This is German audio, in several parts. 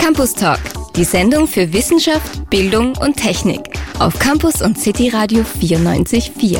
Campus Talk, die Sendung für Wissenschaft, Bildung und Technik auf Campus und City Radio 94.4.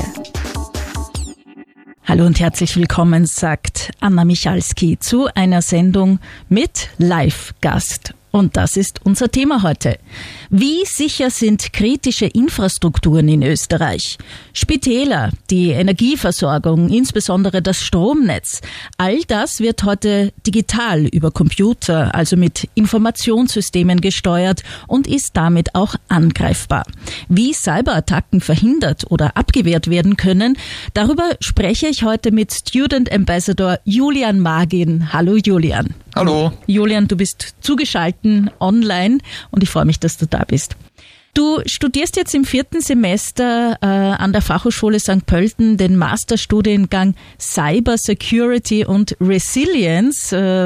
Hallo und herzlich willkommen, sagt Anna Michalski zu einer Sendung mit Live-Gast. Und das ist unser Thema heute. Wie sicher sind kritische Infrastrukturen in Österreich? Spitäler, die Energieversorgung, insbesondere das Stromnetz. All das wird heute digital über Computer, also mit Informationssystemen gesteuert und ist damit auch angreifbar. Wie Cyberattacken verhindert oder abgewehrt werden können, darüber spreche ich heute mit Student Ambassador Julian Magin. Hallo Julian. Hallo. Julian, du bist zugeschaltet online und ich freue mich, dass du da bist. Du studierst jetzt im 4. Semester an der Fachhochschule St. Pölten den Masterstudiengang Cyber Security und Resilience.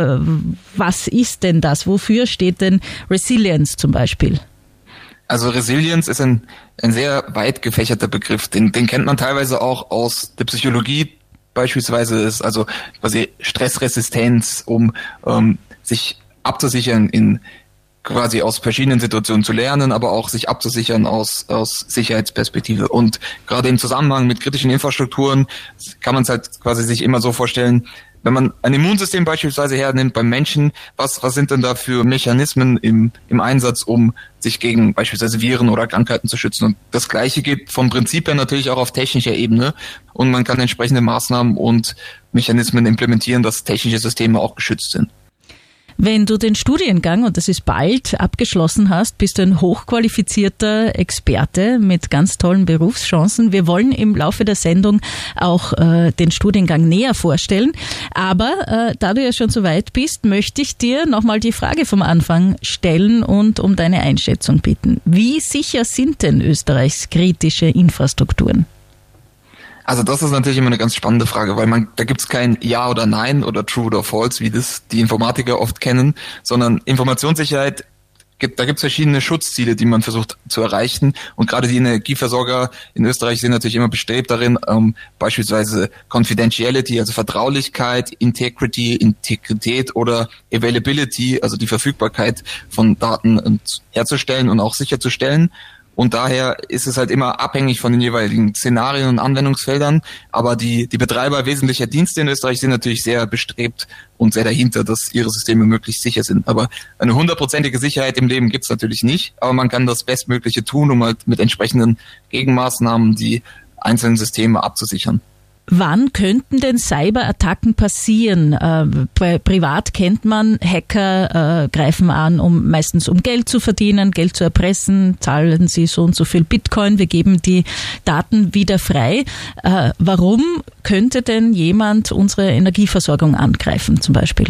Was ist denn das? Wofür steht denn Resilience zum Beispiel? Also Resilience ist ein sehr weit gefächerter Begriff. Den kennt man teilweise auch aus der Psychologie. Beispielsweise ist also quasi Stressresistenz, um sich abzusichern, in quasi aus verschiedenen Situationen zu lernen, aber auch sich abzusichern aus Sicherheitsperspektive. Und gerade im Zusammenhang mit kritischen Infrastrukturen kann man es halt quasi sich immer so vorstellen, wenn man ein Immunsystem beispielsweise hernimmt beim Menschen, was sind denn da für Mechanismen im Einsatz, um sich gegen beispielsweise Viren oder Krankheiten zu schützen? Und das Gleiche geht vom Prinzip her natürlich auch auf technischer Ebene. Und man kann entsprechende Maßnahmen und Mechanismen implementieren, dass technische Systeme auch geschützt sind. Wenn du den Studiengang, und das ist bald, abgeschlossen hast, bist du ein hochqualifizierter Experte mit ganz tollen Berufschancen. Wir wollen im Laufe der Sendung auch den Studiengang näher vorstellen. Aber da du ja schon so weit bist, möchte ich dir nochmal die Frage vom Anfang stellen und um deine Einschätzung bitten. Wie sicher sind denn Österreichs kritische Infrastrukturen? Also das ist natürlich immer eine ganz spannende Frage, weil da gibt's kein Ja oder Nein oder True oder False, wie das die Informatiker oft kennen, sondern Informationssicherheit da gibt's verschiedene Schutzziele, die man versucht zu erreichen. Und gerade die Energieversorger in Österreich sind natürlich immer bestrebt darin, beispielsweise Confidentiality, also Vertraulichkeit, Integrität oder Availability, also die Verfügbarkeit von Daten herzustellen und auch sicherzustellen. Und daher ist es halt immer abhängig von den jeweiligen Szenarien und Anwendungsfeldern. Aber die Betreiber wesentlicher Dienste in Österreich sind natürlich sehr bestrebt und sehr dahinter, dass ihre Systeme möglichst sicher sind. Aber eine 100%ige Sicherheit im Leben gibt's natürlich nicht. Aber man kann das Bestmögliche tun, um halt mit entsprechenden Gegenmaßnahmen die einzelnen Systeme abzusichern. Wann könnten denn Cyberattacken passieren? Privat kennt man, Hacker greifen an, meistens um Geld zu verdienen, Geld zu erpressen, zahlen sie so und so viel Bitcoin, wir geben die Daten wieder frei. Warum könnte denn jemand unsere Energieversorgung angreifen zum Beispiel?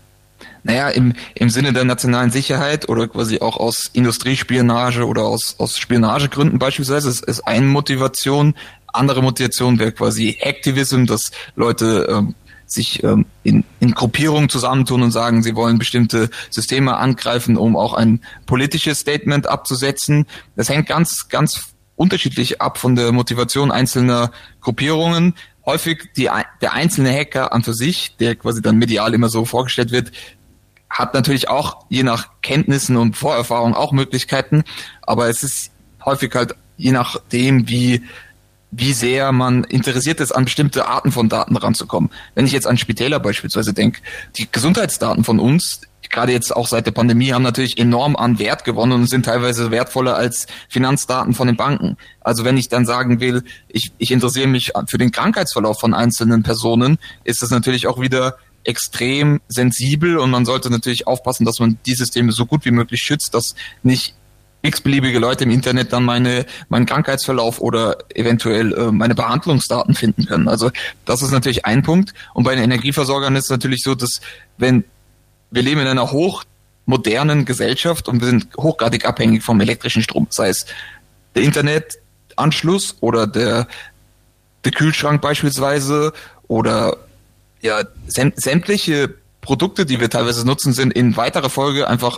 Naja, im Sinne der nationalen Sicherheit oder quasi auch aus Industriespionage oder aus Spionagegründen beispielsweise ist eine Motivation. Andere Motivation wäre quasi Activism, dass Leute sich in Gruppierungen zusammentun und sagen, sie wollen bestimmte Systeme angreifen, um auch ein politisches Statement abzusetzen. Das hängt ganz, ganz unterschiedlich ab von der Motivation einzelner Gruppierungen. Häufig der einzelne Hacker an für sich, der quasi dann medial immer so vorgestellt wird, hat natürlich auch je nach Kenntnissen und Vorerfahrung auch Möglichkeiten, aber es ist häufig halt je nachdem, wie sehr man interessiert ist, an bestimmte Arten von Daten ranzukommen. Wenn ich jetzt an Spitäler beispielsweise denke, die Gesundheitsdaten von uns, gerade jetzt auch seit der Pandemie, haben natürlich enorm an Wert gewonnen und sind teilweise wertvoller als Finanzdaten von den Banken. Also wenn ich dann sagen will, ich interessiere mich für den Krankheitsverlauf von einzelnen Personen, ist das natürlich auch wieder extrem sensibel und man sollte natürlich aufpassen, dass man die Systeme so gut wie möglich schützt, dass nicht x-beliebige Leute im Internet dann meinen Krankheitsverlauf oder eventuell meine Behandlungsdaten finden können. Also das ist natürlich ein Punkt. Und bei den Energieversorgern ist es natürlich so, dass wir leben in einer hochmodernen Gesellschaft und wir sind hochgradig abhängig vom elektrischen Strom. Sei es der Internetanschluss oder der Kühlschrank beispielsweise oder ja sämtliche Produkte, die wir teilweise nutzen, sind in weiterer Folge einfach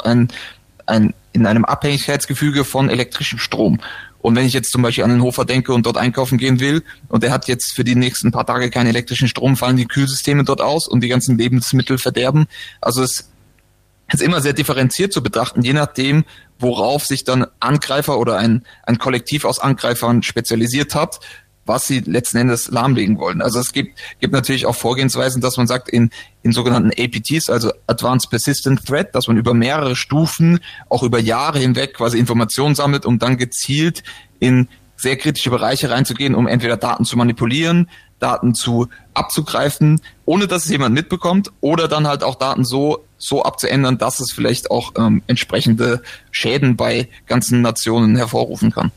in einem Abhängigkeitsgefüge von elektrischem Strom. Und wenn ich jetzt zum Beispiel an den Hofer denke und dort einkaufen gehen will und der hat jetzt für die nächsten paar Tage keinen elektrischen Strom, fallen die Kühlsysteme dort aus und die ganzen Lebensmittel verderben. Also es ist immer sehr differenziert zu betrachten, je nachdem, worauf sich dann Angreifer oder ein Kollektiv aus Angreifern spezialisiert hat, was sie letzten Endes lahmlegen wollen. Also es gibt natürlich auch Vorgehensweisen, dass man sagt, in sogenannten APTs, also Advanced Persistent Threat, dass man über mehrere Stufen, auch über Jahre hinweg quasi Informationen sammelt, um dann gezielt in sehr kritische Bereiche reinzugehen, um entweder Daten zu manipulieren, Daten abzugreifen, ohne dass es jemand mitbekommt, oder dann halt auch Daten so abzuändern, dass es vielleicht auch entsprechende Schäden bei ganzen Nationen hervorrufen kann.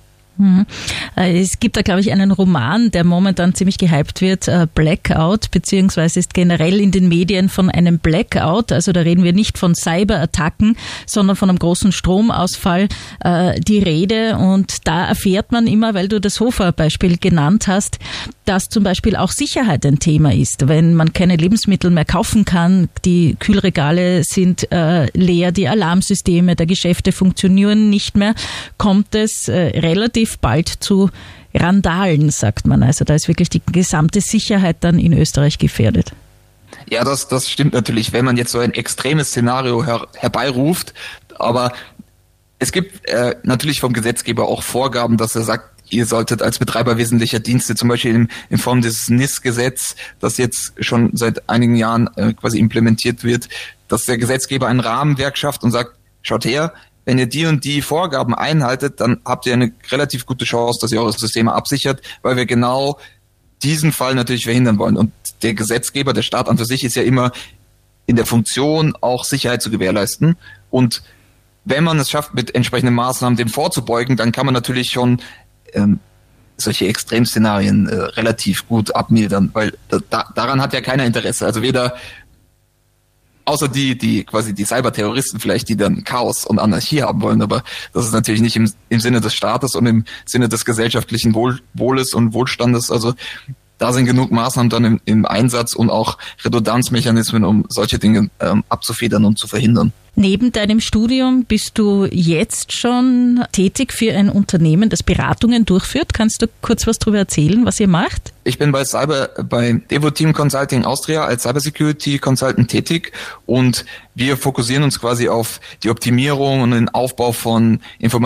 Es gibt da, glaube ich, einen Roman, der momentan ziemlich gehypt wird, Blackout, beziehungsweise ist generell in den Medien von einem Blackout, also da reden wir nicht von Cyberattacken, sondern von einem großen Stromausfall die Rede. Und da erfährt man immer, weil du das Hofer-Beispiel genannt hast, dass zum Beispiel auch Sicherheit ein Thema ist. Wenn man keine Lebensmittel mehr kaufen kann, die Kühlregale sind leer, die Alarmsysteme der Geschäfte funktionieren nicht mehr, kommt es relativ bald zu Randalen, sagt man. Also da ist wirklich die gesamte Sicherheit dann in Österreich gefährdet. Ja, das stimmt natürlich, wenn man jetzt so ein extremes Szenario herbeiruft. Aber es gibt natürlich vom Gesetzgeber auch Vorgaben, dass er sagt, ihr solltet als Betreiber wesentlicher Dienste, zum Beispiel in Form des NIS-Gesetz, das jetzt schon seit einigen Jahren quasi implementiert wird, dass der Gesetzgeber ein Rahmenwerk schafft und sagt, schaut her, wenn ihr die und die Vorgaben einhaltet, dann habt ihr eine relativ gute Chance, dass ihr eure Systeme absichert, weil wir genau diesen Fall natürlich verhindern wollen. Und der Gesetzgeber, der Staat an für sich, ist ja immer in der Funktion, auch Sicherheit zu gewährleisten. Und wenn man es schafft, mit entsprechenden Maßnahmen dem vorzubeugen, dann kann man natürlich schon solche Extremszenarien relativ gut abmildern, weil daran hat ja keiner Interesse. Also weder außer die quasi die Cyberterroristen vielleicht, die dann Chaos und Anarchie haben wollen, aber das ist natürlich nicht im Sinne des Staates und im Sinne des gesellschaftlichen Wohles und Wohlstandes. Also da sind genug Maßnahmen dann im Einsatz und auch Redundanzmechanismen, um solche Dinge abzufedern und zu verhindern. Neben deinem Studium bist du jetzt schon tätig für ein Unternehmen, das Beratungen durchführt. Kannst du kurz was darüber erzählen, was ihr macht? Ich bin bei Devo Team Consulting Austria als Cybersecurity Consultant tätig und wir fokussieren uns quasi auf die Optimierung und den Aufbau von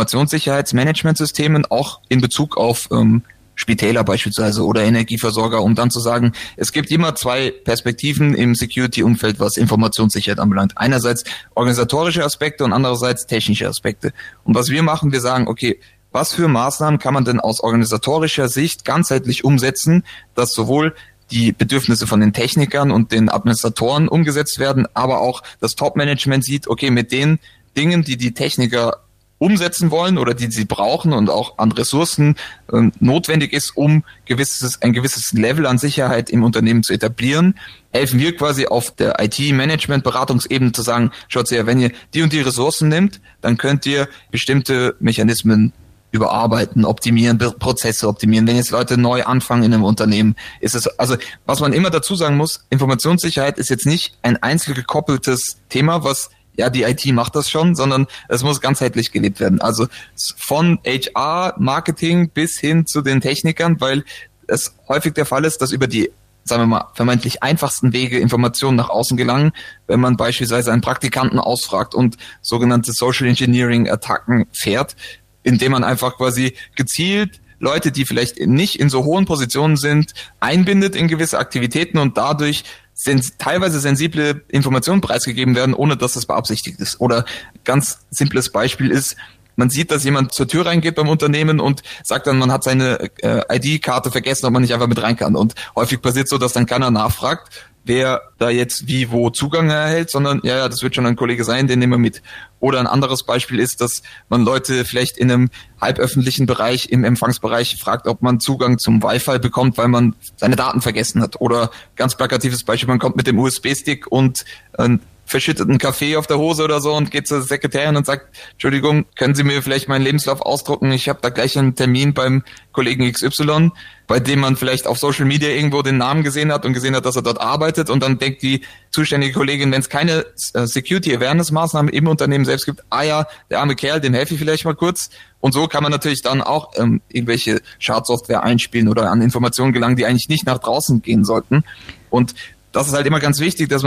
Informationssicherheitsmanagementsystemen, auch in Bezug auf Spitäler beispielsweise oder Energieversorger, um dann zu sagen, es gibt immer zwei Perspektiven im Security-Umfeld, was Informationssicherheit anbelangt. Einerseits organisatorische Aspekte und andererseits technische Aspekte. Und was wir machen, wir sagen, okay, was für Maßnahmen kann man denn aus organisatorischer Sicht ganzheitlich umsetzen, dass sowohl die Bedürfnisse von den Technikern und den Administratoren umgesetzt werden, aber auch das Top-Management sieht, okay, mit den Dingen, die die Techniker umsetzen wollen oder die sie brauchen und auch an Ressourcen notwendig ist, um ein gewisses Level an Sicherheit im Unternehmen zu etablieren, helfen wir quasi auf der IT-Management-Beratungsebene zu sagen, schaut her, wenn ihr die und die Ressourcen nehmt, dann könnt ihr bestimmte Mechanismen überarbeiten, optimieren, Prozesse optimieren. Wenn jetzt Leute neu anfangen in einem Unternehmen, ist es, also was man immer dazu sagen muss, Informationssicherheit ist jetzt nicht ein einzeln gekoppeltes Thema, was ja, die IT macht das schon, sondern es muss ganzheitlich gelebt werden. Also von HR, Marketing bis hin zu den Technikern, weil es häufig der Fall ist, dass über die, sagen wir mal, vermeintlich einfachsten Wege Informationen nach außen gelangen, wenn man beispielsweise einen Praktikanten ausfragt und sogenannte Social Engineering Attacken fährt, indem man einfach quasi gezielt Leute, die vielleicht nicht in so hohen Positionen sind, einbindet in gewisse Aktivitäten und dadurch teilweise sensible Informationen preisgegeben werden, ohne dass das beabsichtigt ist. Oder ganz simples Beispiel ist, man sieht, dass jemand zur Tür reingeht beim Unternehmen und sagt dann, man hat seine ID-Karte vergessen, ob man nicht einfach mit rein kann. Und häufig passiert so, dass dann keiner nachfragt, wer da jetzt wie wo Zugang erhält, sondern ja, das wird schon ein Kollege sein, den nehmen wir mit. Oder ein anderes Beispiel ist, dass man Leute vielleicht in einem halböffentlichen Bereich, im Empfangsbereich fragt, ob man Zugang zum Wi-Fi bekommt, weil man seine Daten vergessen hat. Oder ganz plakatives Beispiel, man kommt mit dem USB-Stick und verschüttet einen Kaffee auf der Hose oder so und geht zur Sekretärin und sagt, Entschuldigung, können Sie mir vielleicht meinen Lebenslauf ausdrucken? Ich habe da gleich einen Termin beim Kollegen XY, bei dem man vielleicht auf Social Media irgendwo den Namen gesehen hat und gesehen hat, dass er dort arbeitet und dann denkt die zuständige Kollegin, wenn es keine Security-Awareness-Maßnahmen im Unternehmen selbst gibt, ja, der arme Kerl, dem helfe ich vielleicht mal kurz. Und so kann man natürlich dann auch irgendwelche Schadsoftware einspielen oder an Informationen gelangen, die eigentlich nicht nach draußen gehen sollten. Und das ist halt immer ganz wichtig, dass man sagt,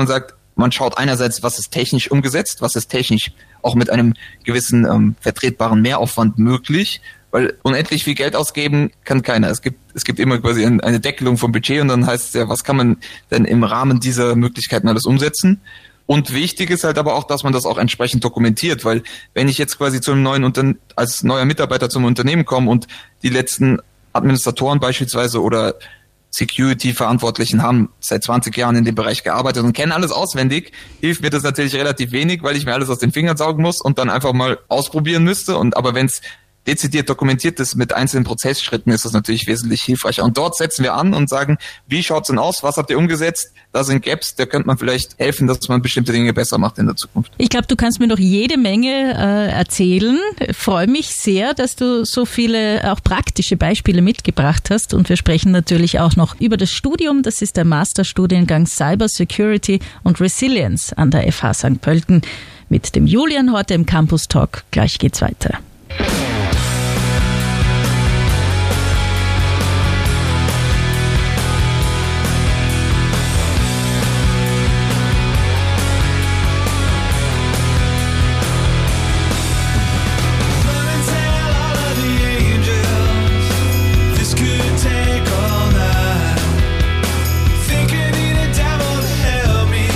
Man schaut einerseits, was ist technisch umgesetzt, was ist technisch auch mit einem gewissen vertretbaren Mehraufwand möglich, weil unendlich viel Geld ausgeben kann keiner. Es gibt immer quasi eine Deckelung vom Budget und dann heißt es ja, was kann man denn im Rahmen dieser Möglichkeiten alles umsetzen? Und wichtig ist halt aber auch, dass man das auch entsprechend dokumentiert, weil wenn ich jetzt quasi als neuer Mitarbeiter zum Unternehmen komme und die letzten Administratoren beispielsweise oder Security-Verantwortlichen haben seit 20 Jahren in dem Bereich gearbeitet und kennen alles auswendig, hilft mir das natürlich relativ wenig, weil ich mir alles aus den Fingern saugen muss und dann einfach mal ausprobieren müsste. Aber wenn es dezidiert dokumentiert ist mit einzelnen Prozessschritten, ist das natürlich wesentlich hilfreicher. Und dort setzen wir an und sagen, wie schaut's denn aus? Was habt ihr umgesetzt? Da sind Gaps, da könnte man vielleicht helfen, dass man bestimmte Dinge besser macht in der Zukunft. Ich glaube, du kannst mir noch jede Menge erzählen. Ich freue mich sehr, dass du so viele auch praktische Beispiele mitgebracht hast. Und wir sprechen natürlich auch noch über das Studium. Das ist der Masterstudiengang Cyber Security und Resilience an der FH St. Pölten mit dem Julian heute im Campus Talk. Gleich geht's weiter.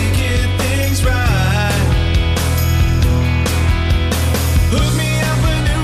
Hook me up when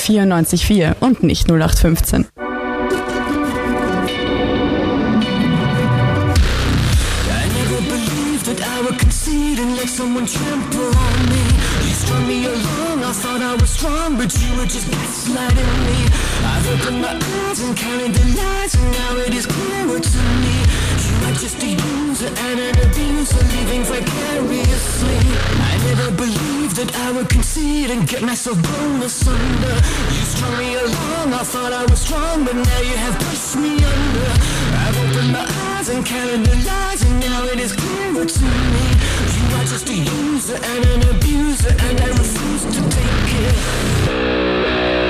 94.4 und nicht 0815. Someone trample on me. You strung me along, I thought I was strong, but you were just gaslighting me. I've opened my eyes and counted the lies, and now it is clearer to me. You are just a user and an abuser, living vicariously. I never believed that I would concede and get myself blown asunder. You strung me along, I thought I was strong, but now you have pushed me under. I've opened my eyes and counted the lies, and now it is clearer to me. You are just a user and an abuser, and I refuse to take it.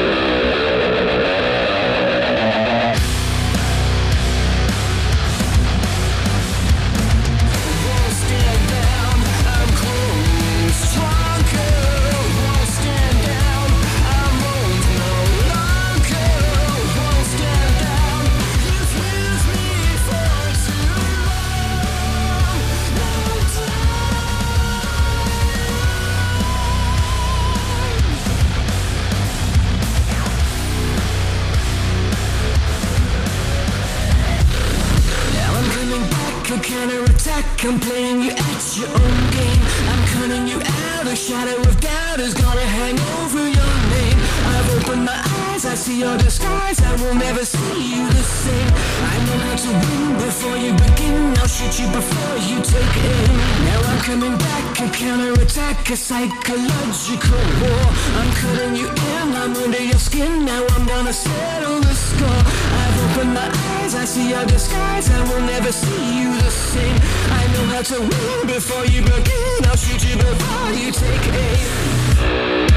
I'm playing you at your own game. I'm cutting you out. A shadow of doubt is gonna hang over your name. I've opened my eyes, I see your disguise. I will never see you the same. I know how to win before you begin. I'll shoot you before you take aim. Now I'm coming back, a counterattack, a psychological war. I'm cutting you in, I'm under your skin. Now I'm gonna settle the score. I've opened my eyes, I see your disguise. I will never see you the same. I know how to win before you begin. I'll shoot you before you take aim.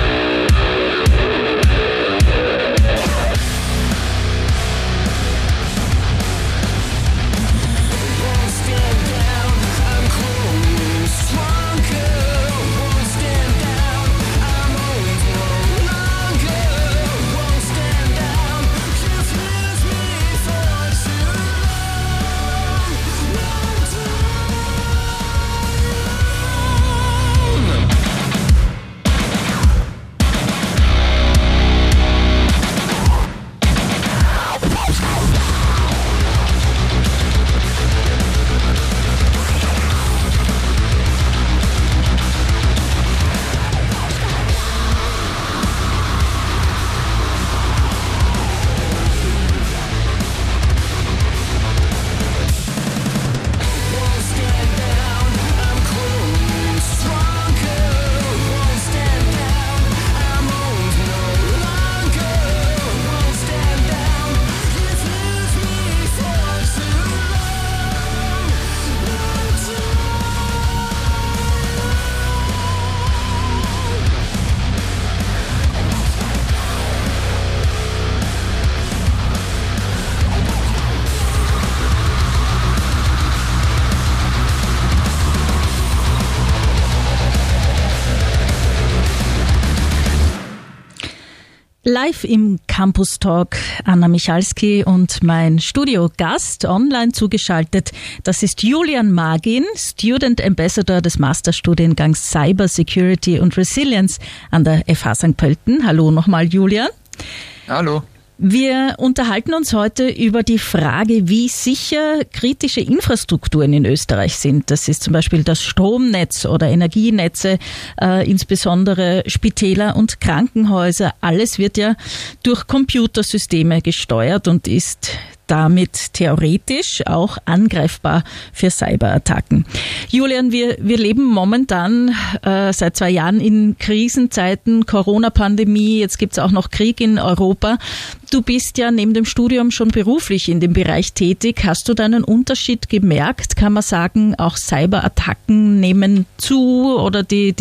Live im Campus Talk Anna Michalski und mein Studiogast online zugeschaltet. Das ist Julian Magin, Student Ambassador des Masterstudiengangs Cyber Security und Resilience an der FH St. Pölten. Hallo nochmal, Julian. Hallo. Wir unterhalten uns heute über die Frage, wie sicher kritische Infrastrukturen in Österreich sind. Das ist zum Beispiel das Stromnetz oder Energienetze, insbesondere Spitäler und Krankenhäuser. Alles wird ja durch Computersysteme gesteuert und ist damit theoretisch auch angreifbar für Cyberattacken. Julian, wir leben momentan seit 2 Jahren in Krisenzeiten, Corona-Pandemie, jetzt gibt's auch noch Krieg in Europa. Du bist ja neben dem Studium schon beruflich in dem Bereich tätig. Hast du da einen Unterschied gemerkt? Kann man sagen, auch Cyberattacken nehmen zu oder die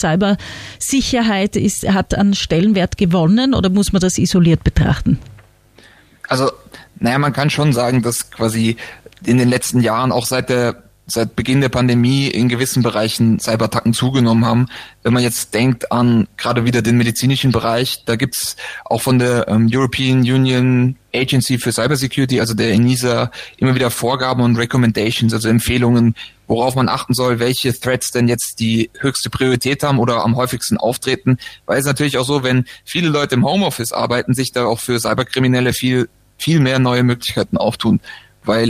Cybersicherheit hat an Stellenwert gewonnen oder muss man das isoliert betrachten? Also, man kann schon sagen, dass quasi in den letzten Jahren, auch seit der seit Beginn der Pandemie in gewissen Bereichen Cyberattacken zugenommen haben. Wenn man jetzt denkt an gerade wieder den medizinischen Bereich, da gibt's auch von der European Union Agency für Cybersecurity, also der ENISA, immer wieder Vorgaben und Recommendations, also Empfehlungen, worauf man achten soll, welche Threats denn jetzt die höchste Priorität haben oder am häufigsten auftreten. Weil es natürlich auch so, wenn viele Leute im Homeoffice arbeiten, sich da auch für Cyberkriminelle viel mehr neue Möglichkeiten auftun. Weil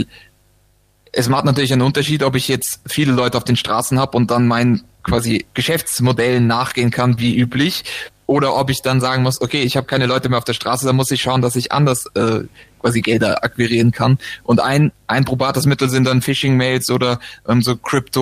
es macht natürlich einen Unterschied, ob ich jetzt viele Leute auf den Straßen habe und dann meinen quasi Geschäftsmodellen nachgehen kann, wie üblich, oder ob ich dann sagen muss, okay, ich habe keine Leute mehr auf der Straße, dann muss ich schauen, dass ich anders quasi Gelder akquirieren kann. Und ein probates Mittel sind dann Phishing-Mails oder so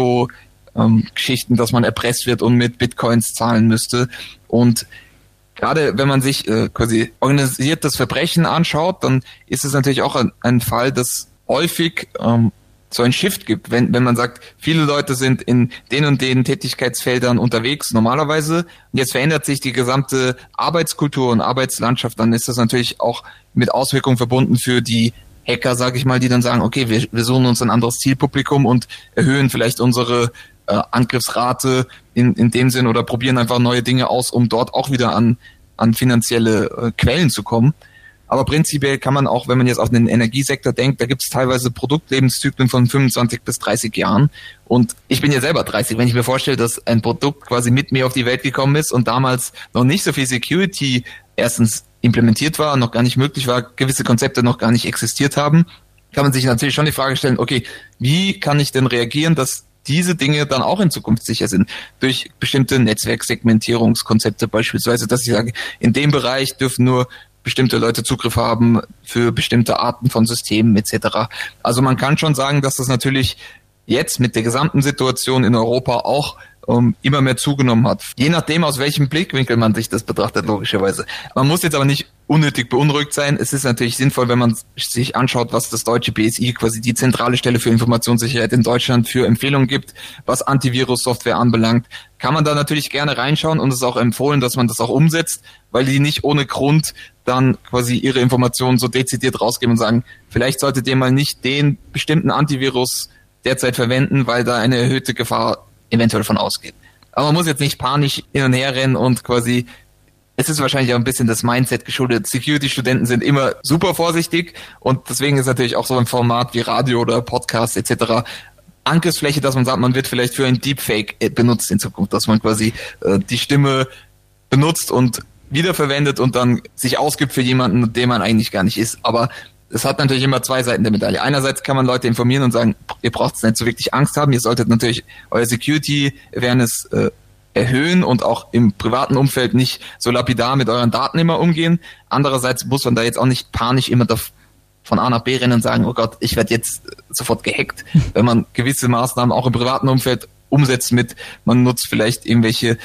Krypto-Geschichten, dass man erpresst wird und mit Bitcoins zahlen müsste. Und gerade wenn man sich quasi organisiertes Verbrechen anschaut, dann ist es natürlich auch ein Fall, dass häufig so ein Shift gibt, wenn man sagt, viele Leute sind in den und den Tätigkeitsfeldern unterwegs normalerweise und jetzt verändert sich die gesamte Arbeitskultur und Arbeitslandschaft, dann ist das natürlich auch mit Auswirkungen verbunden für die Hacker, sage ich mal, die dann sagen, okay, wir suchen uns ein anderes Zielpublikum und erhöhen vielleicht unsere Angriffsrate in dem Sinn oder probieren einfach neue Dinge aus, um dort auch wieder an finanzielle Quellen zu kommen. Aber prinzipiell kann man auch, wenn man jetzt auf den Energiesektor denkt, da gibt es teilweise Produktlebenszyklen von 25 bis 30 Jahren. Und ich bin ja selber 30. Wenn ich mir vorstelle, dass ein Produkt quasi mit mir auf die Welt gekommen ist und damals noch nicht so viel Security erstens implementiert war, noch gar nicht möglich war, gewisse Konzepte noch gar nicht existiert haben, kann man sich natürlich schon die Frage stellen, okay, wie kann ich denn reagieren, dass diese Dinge dann auch in Zukunft sicher sind? Durch bestimmte Netzwerksegmentierungskonzepte beispielsweise, dass ich sage, in dem Bereich dürfen nur bestimmte Leute Zugriff haben für bestimmte Arten von Systemen etc. Also man kann schon sagen, dass das natürlich jetzt mit der gesamten Situation in Europa auch immer mehr zugenommen hat. Je nachdem, aus welchem Blickwinkel man sich das betrachtet, logischerweise. Man muss jetzt aber nicht unnötig beunruhigt sein. Es ist natürlich sinnvoll, wenn man sich anschaut, was das deutsche BSI, quasi die zentrale Stelle für Informationssicherheit in Deutschland, für Empfehlungen gibt, was Antivirus-Software anbelangt. Kann man da natürlich gerne reinschauen und es ist auch empfohlen, dass man das auch umsetzt, weil die nicht ohne Grund dann quasi ihre Informationen so dezidiert rausgeben und sagen, vielleicht solltet ihr mal nicht den bestimmten Antivirus derzeit verwenden, weil da eine erhöhte Gefahr eventuell davon ausgeht. Aber man muss jetzt nicht panisch hin und her rennen und quasi, es ist wahrscheinlich auch ein bisschen das Mindset geschuldet. Security-Studenten sind immer super vorsichtig und deswegen ist natürlich auch so ein Format wie Radio oder Podcast etc. Angriffsfläche, dass man sagt, man wird vielleicht für ein Deepfake benutzt in Zukunft, dass man quasi die Stimme benutzt und wiederverwendet und dann sich ausgibt für jemanden, den man eigentlich gar nicht ist. Aber es hat natürlich immer zwei Seiten der Medaille. Einerseits kann man Leute informieren und sagen, ihr braucht nicht so wirklich Angst haben, ihr solltet natürlich euer Security-Awareness erhöhen und auch im privaten Umfeld nicht so lapidar mit euren Daten immer umgehen. Andererseits muss man da jetzt auch nicht panisch immer von A nach B rennen und sagen, oh Gott, ich werde jetzt sofort gehackt. Wenn man gewisse Maßnahmen auch im privaten Umfeld umsetzt man nutzt vielleicht irgendwelche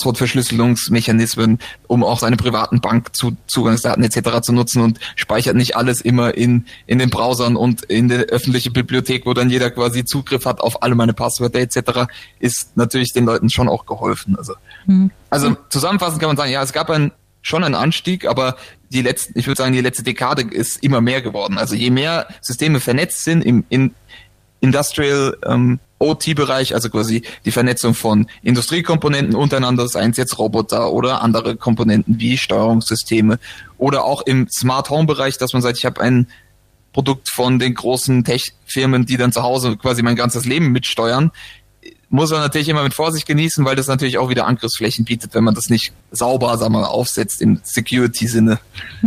Passwortverschlüsselungsmechanismen, um auch seine privaten Bankzugangsdaten etc. zu nutzen und speichert nicht alles immer in den Browsern und in der öffentlichen Bibliothek, wo dann jeder quasi Zugriff hat auf alle meine Passwörter etc. ist natürlich den Leuten schon auch geholfen. Also zusammenfassend kann man sagen, ja, es gab schon einen Anstieg, aber die letzte Dekade ist immer mehr geworden. Also je mehr Systeme vernetzt sind im Industrial OT-Bereich, also quasi die Vernetzung von Industriekomponenten untereinander, seien es jetzt Roboter oder andere Komponenten wie Steuerungssysteme oder auch im Smart Home-Bereich, dass man sagt, ich habe ein Produkt von den großen Tech-Firmen, die dann zu Hause quasi mein ganzes Leben mitsteuern, muss man natürlich immer mit Vorsicht genießen, weil das natürlich auch wieder Angriffsflächen bietet, wenn man das nicht sauber, sagen wir mal, aufsetzt im Security-Sinne.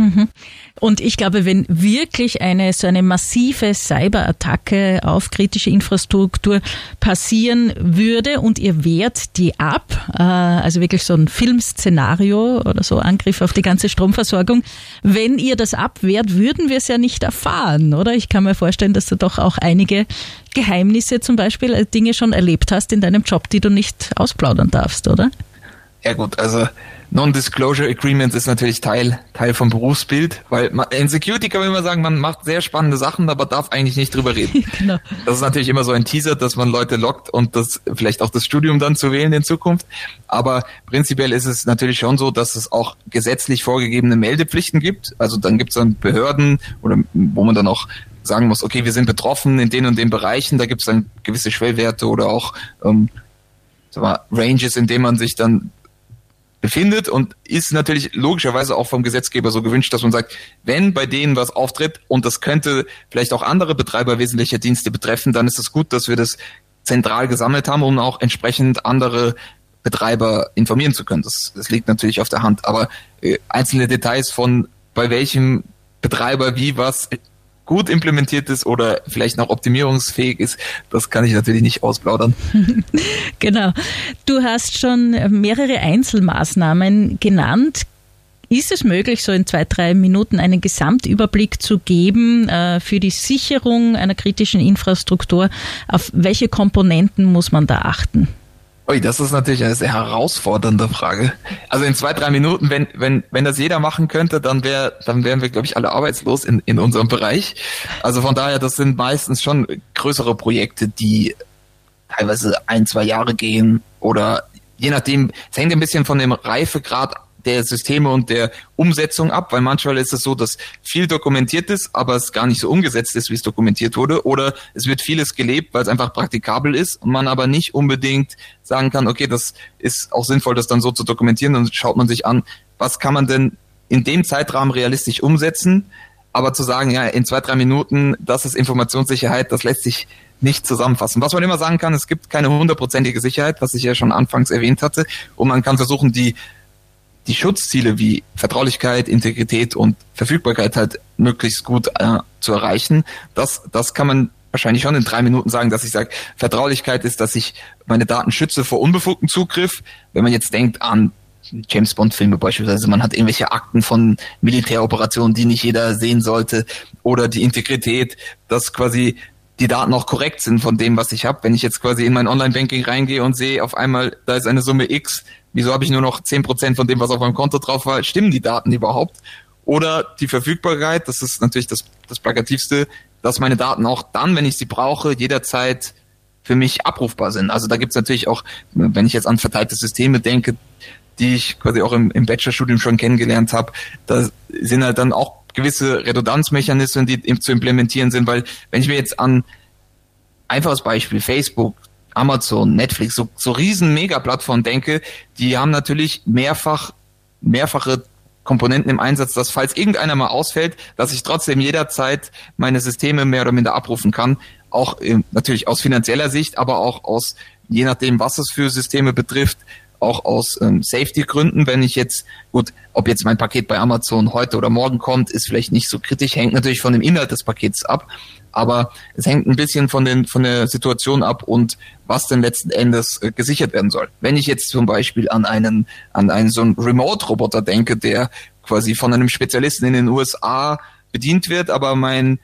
Und ich glaube, wenn wirklich so eine massive Cyberattacke auf kritische Infrastruktur passieren würde und ihr wehrt die ab, also wirklich so ein Filmszenario oder so, Angriff auf die ganze Stromversorgung, wenn ihr das abwehrt, würden wir es ja nicht erfahren, oder? Ich kann mir vorstellen, dass du doch auch einige Geheimnisse zum Beispiel, Dinge schon erlebt hast in deinem Job, die du nicht ausplaudern darfst, oder? Ja gut, also Non-Disclosure Agreements ist natürlich Teil vom Berufsbild, weil in Security kann man immer sagen, man macht sehr spannende Sachen, aber darf eigentlich nicht drüber reden. Genau. Das ist natürlich immer so ein Teaser, dass man Leute lockt und das vielleicht auch das Studium dann zu wählen in Zukunft. Aber prinzipiell ist es natürlich schon so, dass es auch gesetzlich vorgegebene Meldepflichten gibt. Also dann gibt es dann Behörden oder wo man dann auch sagen muss, okay, wir sind betroffen in den und den Bereichen, da gibt es dann gewisse Schwellwerte oder auch Ranges, in denen man sich dann befindet, und ist natürlich logischerweise auch vom Gesetzgeber so gewünscht, dass man sagt, wenn bei denen was auftritt und das könnte vielleicht auch andere Betreiber wesentlicher Dienste betreffen, dann ist es gut, dass wir das zentral gesammelt haben, um auch entsprechend andere Betreiber informieren zu können. Das liegt natürlich auf der Hand, aber einzelne Details von bei welchem Betreiber wie was gut implementiert ist oder vielleicht noch optimierungsfähig ist, das kann ich natürlich nicht ausplaudern. Genau. Du hast schon mehrere Einzelmaßnahmen genannt. Ist es möglich, so in 2-3 Minuten einen Gesamtüberblick zu geben für die Sicherung einer kritischen Infrastruktur? Auf welche Komponenten muss man da achten? Ui, das ist natürlich eine sehr herausfordernde Frage. Also in 2-3 Minuten, wenn das jeder machen könnte, dann wären wir, glaube ich, alle arbeitslos in unserem Bereich. Also von daher, das sind meistens schon größere Projekte, die teilweise 1-2 Jahre gehen oder je nachdem, es hängt ein bisschen von dem Reifegrad der Systeme und der Umsetzung ab, weil manchmal ist es so, dass viel dokumentiert ist, aber es gar nicht so umgesetzt ist, wie es dokumentiert wurde, oder es wird vieles gelebt, weil es einfach praktikabel ist und man aber nicht unbedingt sagen kann, okay, das ist auch sinnvoll, das dann so zu dokumentieren, und schaut man sich an, was kann man denn in dem Zeitrahmen realistisch umsetzen, aber zu sagen, ja, in 2-3 Minuten, das ist Informationssicherheit, das lässt sich nicht zusammenfassen. Was man immer sagen kann, es gibt keine 100%ige Sicherheit, was ich ja schon anfangs erwähnt hatte, und man kann versuchen, die Schutzziele wie Vertraulichkeit, Integrität und Verfügbarkeit halt möglichst gut zu erreichen. Das kann man wahrscheinlich schon in 3 Minuten sagen, dass ich sage, Vertraulichkeit ist, dass ich meine Daten schütze vor unbefugtem Zugriff. Wenn man jetzt denkt an James-Bond-Filme beispielsweise, man hat irgendwelche Akten von Militäroperationen, die nicht jeder sehen sollte, oder die Integrität, dass quasi die Daten auch korrekt sind von dem, was ich habe. Wenn ich jetzt quasi in mein Online-Banking reingehe und sehe auf einmal, da ist eine Summe X, wieso habe ich nur noch 10% von dem, was auf meinem Konto drauf war? Stimmen die Daten überhaupt? Oder die Verfügbarkeit, das ist natürlich das Plakativste, dass meine Daten auch dann, wenn ich sie brauche, jederzeit für mich abrufbar sind. Also da gibt's natürlich auch, wenn ich jetzt an verteilte Systeme denke, die ich quasi auch im Bachelorstudium schon kennengelernt habe, da sind halt dann auch gewisse Redundanzmechanismen, die zu implementieren sind, weil wenn ich mir jetzt an einfaches Beispiel Facebook, Amazon, Netflix, so riesen Mega-Plattformen denke, die haben natürlich mehrfache Komponenten im Einsatz, dass falls irgendeiner mal ausfällt, dass ich trotzdem jederzeit meine Systeme mehr oder minder abrufen kann, auch natürlich aus finanzieller Sicht, aber auch aus, je nachdem, was es für Systeme betrifft, auch aus Safety-Gründen. Wenn ich jetzt, gut, ob jetzt mein Paket bei Amazon heute oder morgen kommt, ist vielleicht nicht so kritisch, hängt natürlich von dem Inhalt des Pakets ab, aber es hängt ein bisschen von der Situation ab und was denn letzten Endes gesichert werden soll. Wenn ich jetzt zum Beispiel an einen so einen Remote-Roboter denke, der quasi von einem Spezialisten in den USA bedient wird, aber mein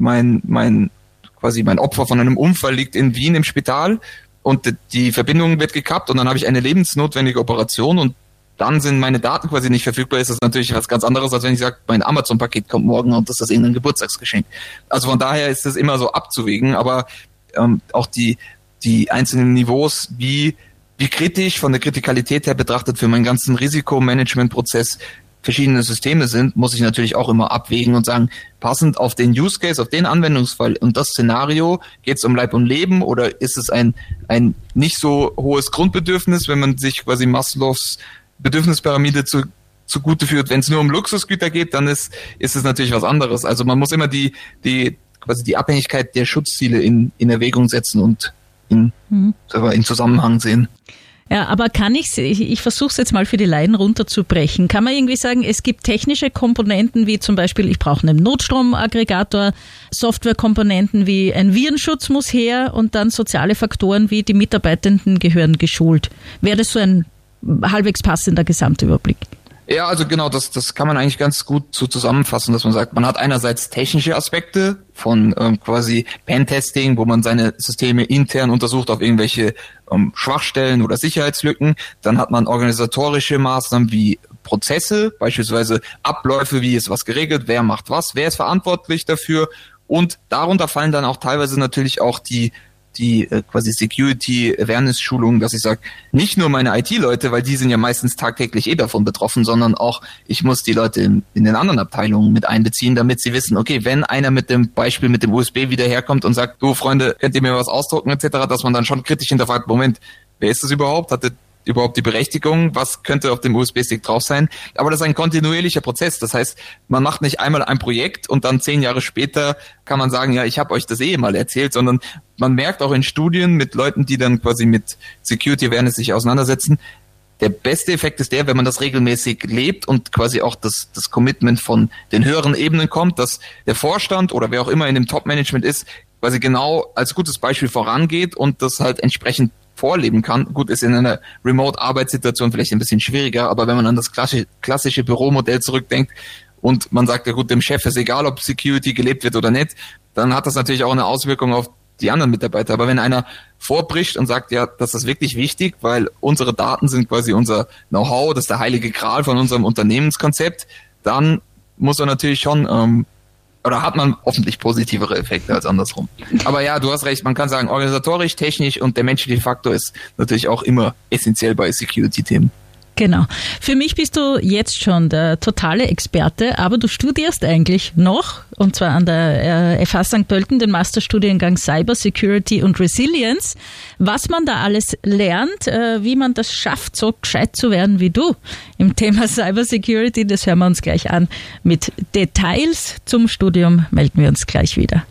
Opfer von einem Unfall liegt in Wien im Spital und die Verbindung wird gekappt und dann habe ich eine lebensnotwendige Operation und dann sind meine Daten quasi nicht verfügbar, ist das natürlich was ganz anderes, als wenn ich sage, mein Amazon-Paket kommt morgen und das ist irgendein Geburtstagsgeschenk. Also von daher ist es immer so abzuwägen, aber auch die einzelnen Niveaus, wie kritisch von der Kritikalität her betrachtet für meinen ganzen Risikomanagementprozess verschiedene Systeme sind, muss ich natürlich auch immer abwägen und sagen, passend auf den Use Case, auf den Anwendungsfall und das Szenario, geht es um Leib und Leben oder ist es ein nicht so hohes Grundbedürfnis, wenn man sich quasi Maslows Bedürfnispyramide zugute führt. Wenn es nur um Luxusgüter geht, dann ist es natürlich was anderes. Also man muss immer die Abhängigkeit der Schutzziele in Erwägung setzen und in Zusammenhang sehen. Ja, aber ich versuche es jetzt mal für die Laien runterzubrechen. Kann man irgendwie sagen, es gibt technische Komponenten wie zum Beispiel, ich brauche einen Notstromaggregator, Softwarekomponenten wie ein Virenschutz muss her und dann soziale Faktoren wie die Mitarbeitenden gehören geschult. Wäre das so ein halbwegs passender Gesamtüberblick? Ja, also genau, das kann man eigentlich ganz gut so zusammenfassen, dass man sagt, man hat einerseits technische Aspekte von quasi Pentesting, wo man seine Systeme intern untersucht auf irgendwelche Schwachstellen oder Sicherheitslücken. Dann hat man organisatorische Maßnahmen wie Prozesse, beispielsweise Abläufe, wie ist was geregelt, wer macht was, wer ist verantwortlich dafür. Und darunter fallen dann auch teilweise natürlich auch die die quasi Security Awareness Schulung, dass ich sage, nicht nur meine IT-Leute, weil die sind ja meistens tagtäglich davon betroffen, sondern auch ich muss die Leute in den anderen Abteilungen mit einbeziehen, damit sie wissen, okay, wenn einer mit dem Beispiel mit dem USB wieder herkommt und sagt, du Freunde, könnt ihr mir was ausdrucken etc., dass man dann schon kritisch hinterfragt, Moment, wer ist das überhaupt? Hat der überhaupt die Berechtigung? Was könnte auf dem USB-Stick drauf sein? Aber das ist ein kontinuierlicher Prozess. Das heißt, man macht nicht einmal ein Projekt und dann 10 Jahre später kann man sagen, ja, ich habe euch das mal erzählt, sondern man merkt auch in Studien mit Leuten, die dann quasi mit Security Awareness sich auseinandersetzen, der beste Effekt ist der, wenn man das regelmäßig lebt und quasi auch das Commitment von den höheren Ebenen kommt, dass der Vorstand oder wer auch immer in dem Top-Management ist, quasi genau als gutes Beispiel vorangeht und das halt entsprechend vorleben kann. Gut, ist in einer Remote-Arbeitssituation vielleicht ein bisschen schwieriger, aber wenn man an das klassische Büromodell zurückdenkt und man sagt, ja gut, dem Chef ist egal, ob Security gelebt wird oder nicht, dann hat das natürlich auch eine Auswirkung auf die anderen Mitarbeiter. Aber wenn einer vorbricht und sagt, ja, das ist wirklich wichtig, weil unsere Daten sind quasi unser Know-how, das ist der heilige Gral von unserem Unternehmenskonzept, dann muss er natürlich schon oder hat man hoffentlich positivere Effekte als andersrum. Aber ja, du hast recht, man kann sagen, organisatorisch, technisch und der menschliche Faktor ist natürlich auch immer essentiell bei Security-Themen. Genau. Für mich bist du jetzt schon der totale Experte, aber du studierst eigentlich noch, und zwar an der FH St. Pölten, den Masterstudiengang Cyber Security und Resilience. Was man da alles lernt, wie man das schafft, so gescheit zu werden wie du im Thema Cyber Security, das hören wir uns gleich an. Mit Details zum Studium melden wir uns gleich wieder.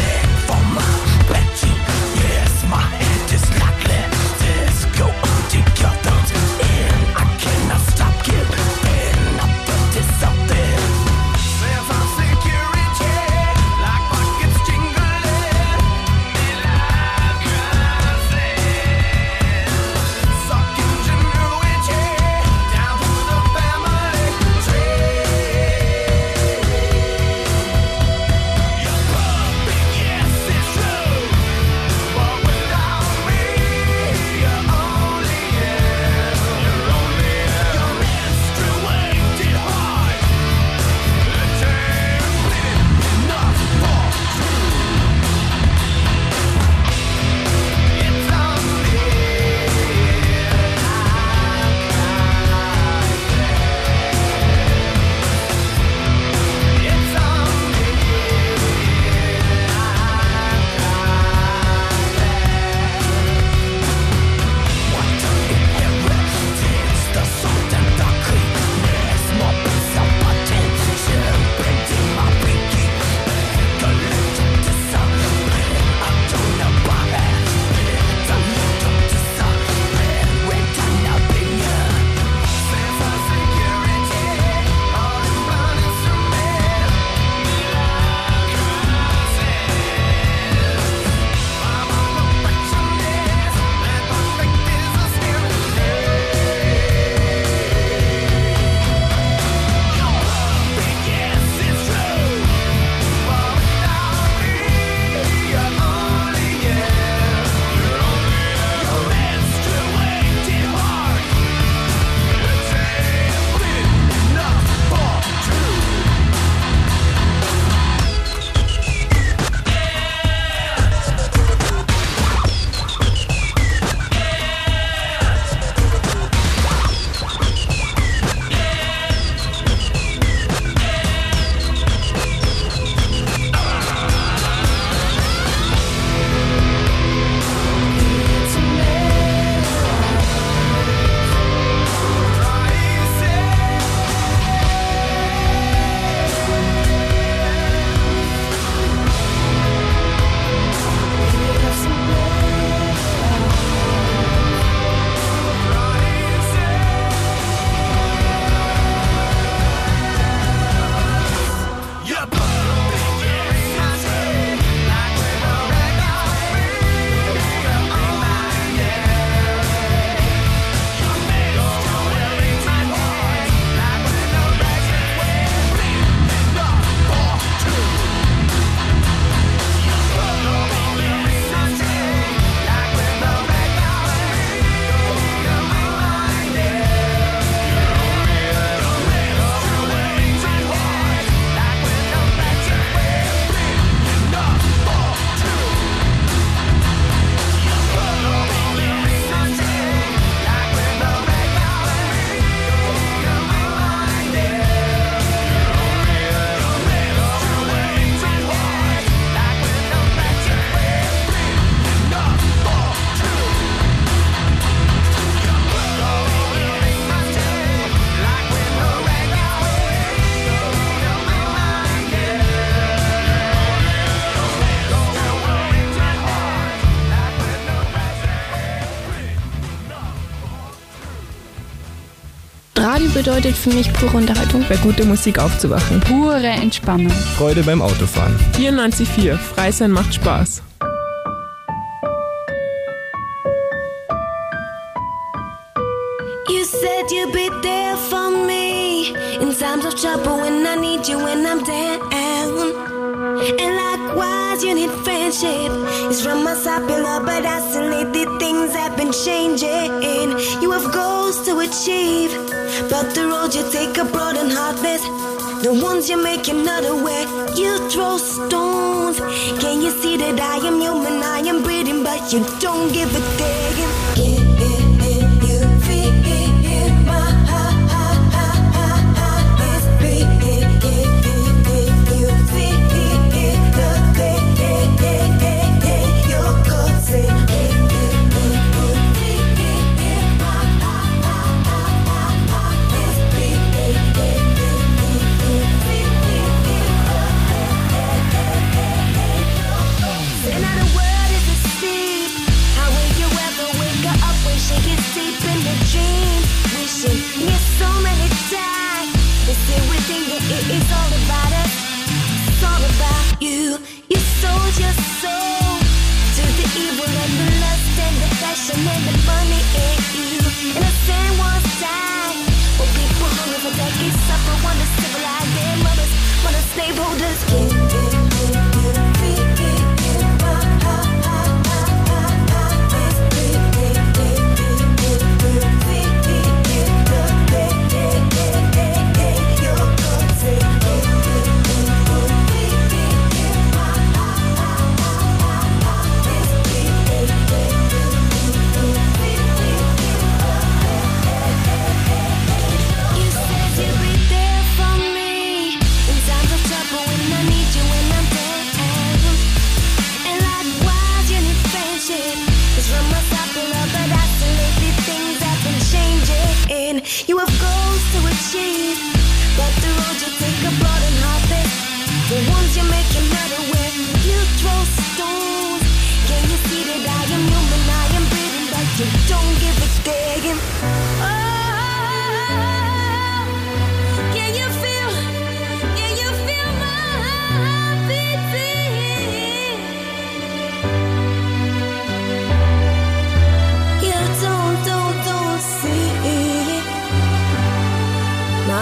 Go Radio bedeutet für mich pure Unterhaltung. Bei guter Musik aufzuwachen. Pure Entspannung. Freude beim Autofahren. 94.4 Frei sein macht Spaß. You said you'd be there for me in times of trouble when I need you when I'm down. And likewise you need friendship. It's from us popular but isolated, things have been changing. You have goals to achieve, but the road you take are broad and heartless. The ones you make you're not aware. You throw stones. Can you see that I am human, I am breathing, but you don't give a damn. It's all about us, it's all about you. You sold your soul to the evil and the lust and the passion and the money in you. And the sand was tied, well, people hungry for decades suffer, wanna civilize their mothers, wanna slaveholders. You have goals to achieve, but the road you take are broad and heartless. The ones you make you're not aware. You throw stones. Can you see that I am human, I am breathing, but you don't give a damn. Oh, can you feel my heart beating? You don't see. My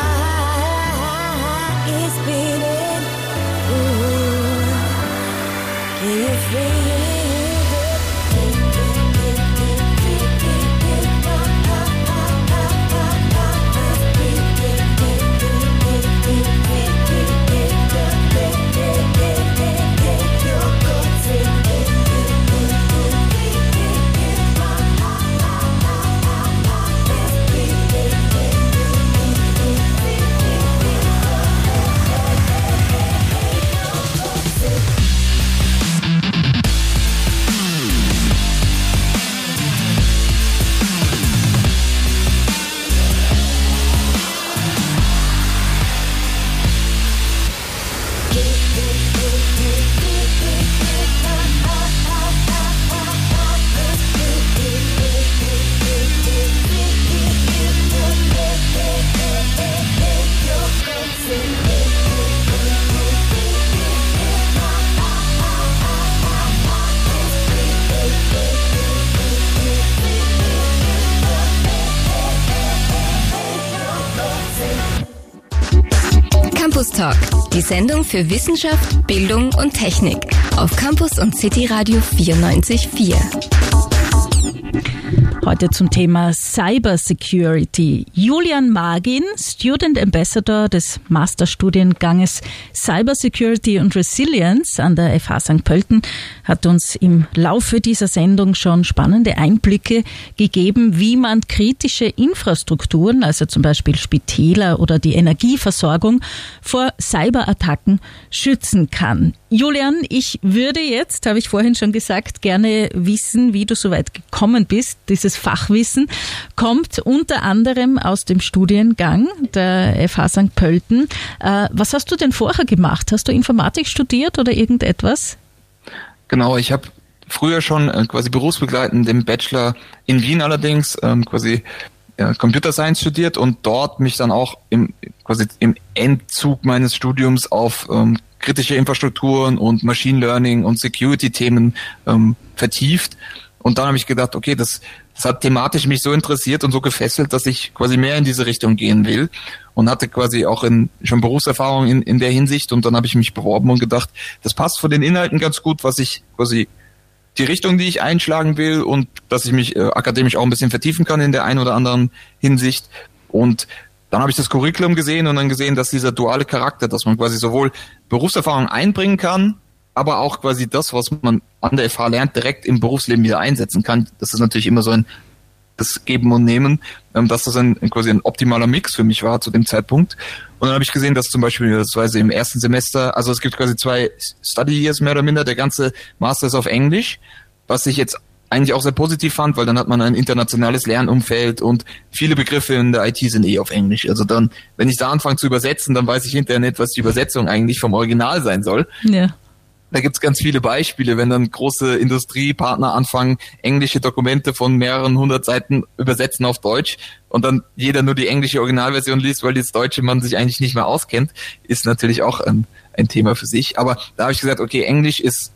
heart is beating. Can you feel it? Campus Talk, die Sendung für Wissenschaft, Bildung und Technik auf Campus und City Radio 94.4. Heute zum Thema Cyber Security. Julian Magin, Student Ambassador des Masterstudienganges Cyber Security und Resilience an der FH St. Pölten, hat uns im Laufe dieser Sendung schon spannende Einblicke gegeben, wie man kritische Infrastrukturen, also zum Beispiel Spitäler oder die Energieversorgung, vor Cyberattacken schützen kann. Julian, ich würde jetzt, habe ich vorhin schon gesagt, gerne wissen, wie du so weit gekommen bist. Dieses Fachwissen kommt unter anderem aus dem Studiengang der FH St. Pölten. Was hast du denn vorher gemacht? Hast du Informatik studiert oder irgendetwas? Genau, ich habe früher schon quasi berufsbegleitend im Bachelor in Wien allerdings quasi Computer Science studiert und dort mich dann auch im Endzug meines Studiums auf kritische Infrastrukturen und Machine Learning und Security-Themen vertieft. Und dann habe ich gedacht, okay, das hat thematisch mich so interessiert und so gefesselt, dass ich quasi mehr in diese Richtung gehen will und hatte quasi auch schon Berufserfahrung in der Hinsicht. Und dann habe ich mich beworben und gedacht, das passt von den Inhalten ganz gut, was ich quasi die Richtung, die ich einschlagen will und dass ich mich akademisch auch ein bisschen vertiefen kann in der einen oder anderen Hinsicht. Und dann habe ich das Curriculum gesehen und dann gesehen, dass dieser duale Charakter, dass man quasi sowohl Berufserfahrung einbringen kann, aber auch quasi das, was man an der FH lernt, direkt im Berufsleben wieder einsetzen kann. Das ist natürlich immer so das Geben und Nehmen, dass das quasi ein optimaler Mix für mich war zu dem Zeitpunkt. Und dann habe ich gesehen, dass zum Beispiel im ersten Semester, also es gibt quasi 2 Study Years mehr oder minder, der ganze Master ist auf Englisch, was ich jetzt eigentlich auch sehr positiv fand, weil dann hat man ein internationales Lernumfeld und viele Begriffe in der IT sind auf Englisch. Also dann, wenn ich da anfange zu übersetzen, dann weiß ich hinterher nicht, was die Übersetzung eigentlich vom Original sein soll. Ja. Da gibt's ganz viele Beispiele, wenn dann große Industriepartner anfangen, englische Dokumente von mehreren 100 Seiten übersetzen auf Deutsch und dann jeder nur die englische Originalversion liest, weil das Deutsche man sich eigentlich nicht mehr auskennt, ist natürlich auch ein Thema für sich. Aber da habe ich gesagt, okay, Englisch ist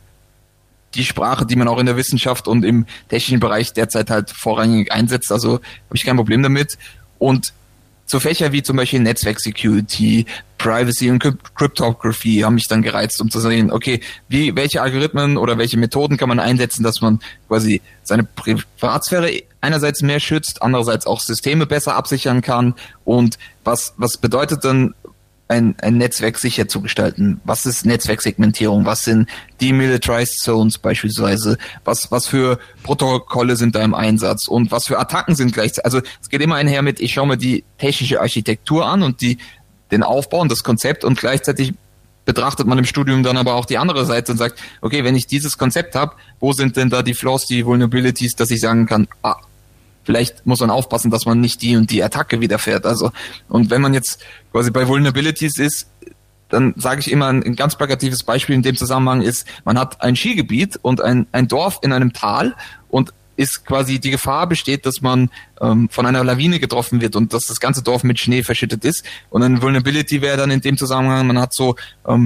die Sprache, die man auch in der Wissenschaft und im technischen Bereich derzeit halt vorrangig einsetzt, also habe ich kein Problem damit. Und so Fächer wie zum Beispiel Netzwerk Security, Privacy und Cryptography haben mich dann gereizt, um zu sehen, okay, welche Algorithmen oder welche Methoden kann man einsetzen, dass man quasi seine Privatsphäre einerseits mehr schützt, andererseits auch Systeme besser absichern kann und was bedeutet dann ein Netzwerk sicher zu gestalten? Was ist Netzwerksegmentierung? Was sind Demilitarized Zones beispielsweise? Was für Protokolle sind da im Einsatz? Und was für Attacken sind gleichzeitig? Also es geht immer einher mit, ich schaue mir die technische Architektur an und den Aufbau und das Konzept und gleichzeitig betrachtet man im Studium dann aber auch die andere Seite und sagt, okay, wenn ich dieses Konzept habe, wo sind denn da die Flaws, die Vulnerabilities, dass ich sagen kann, vielleicht muss man aufpassen, dass man nicht die und die Attacke widerfährt. Also, und wenn man jetzt quasi bei Vulnerabilities ist, dann sage ich immer, ein ganz plakatives Beispiel in dem Zusammenhang ist, man hat ein Skigebiet und ein Dorf in einem Tal und ist quasi die Gefahr besteht, dass man von einer Lawine getroffen wird und dass das ganze Dorf mit Schnee verschüttet ist. Und eine Vulnerability wäre dann in dem Zusammenhang, man hat so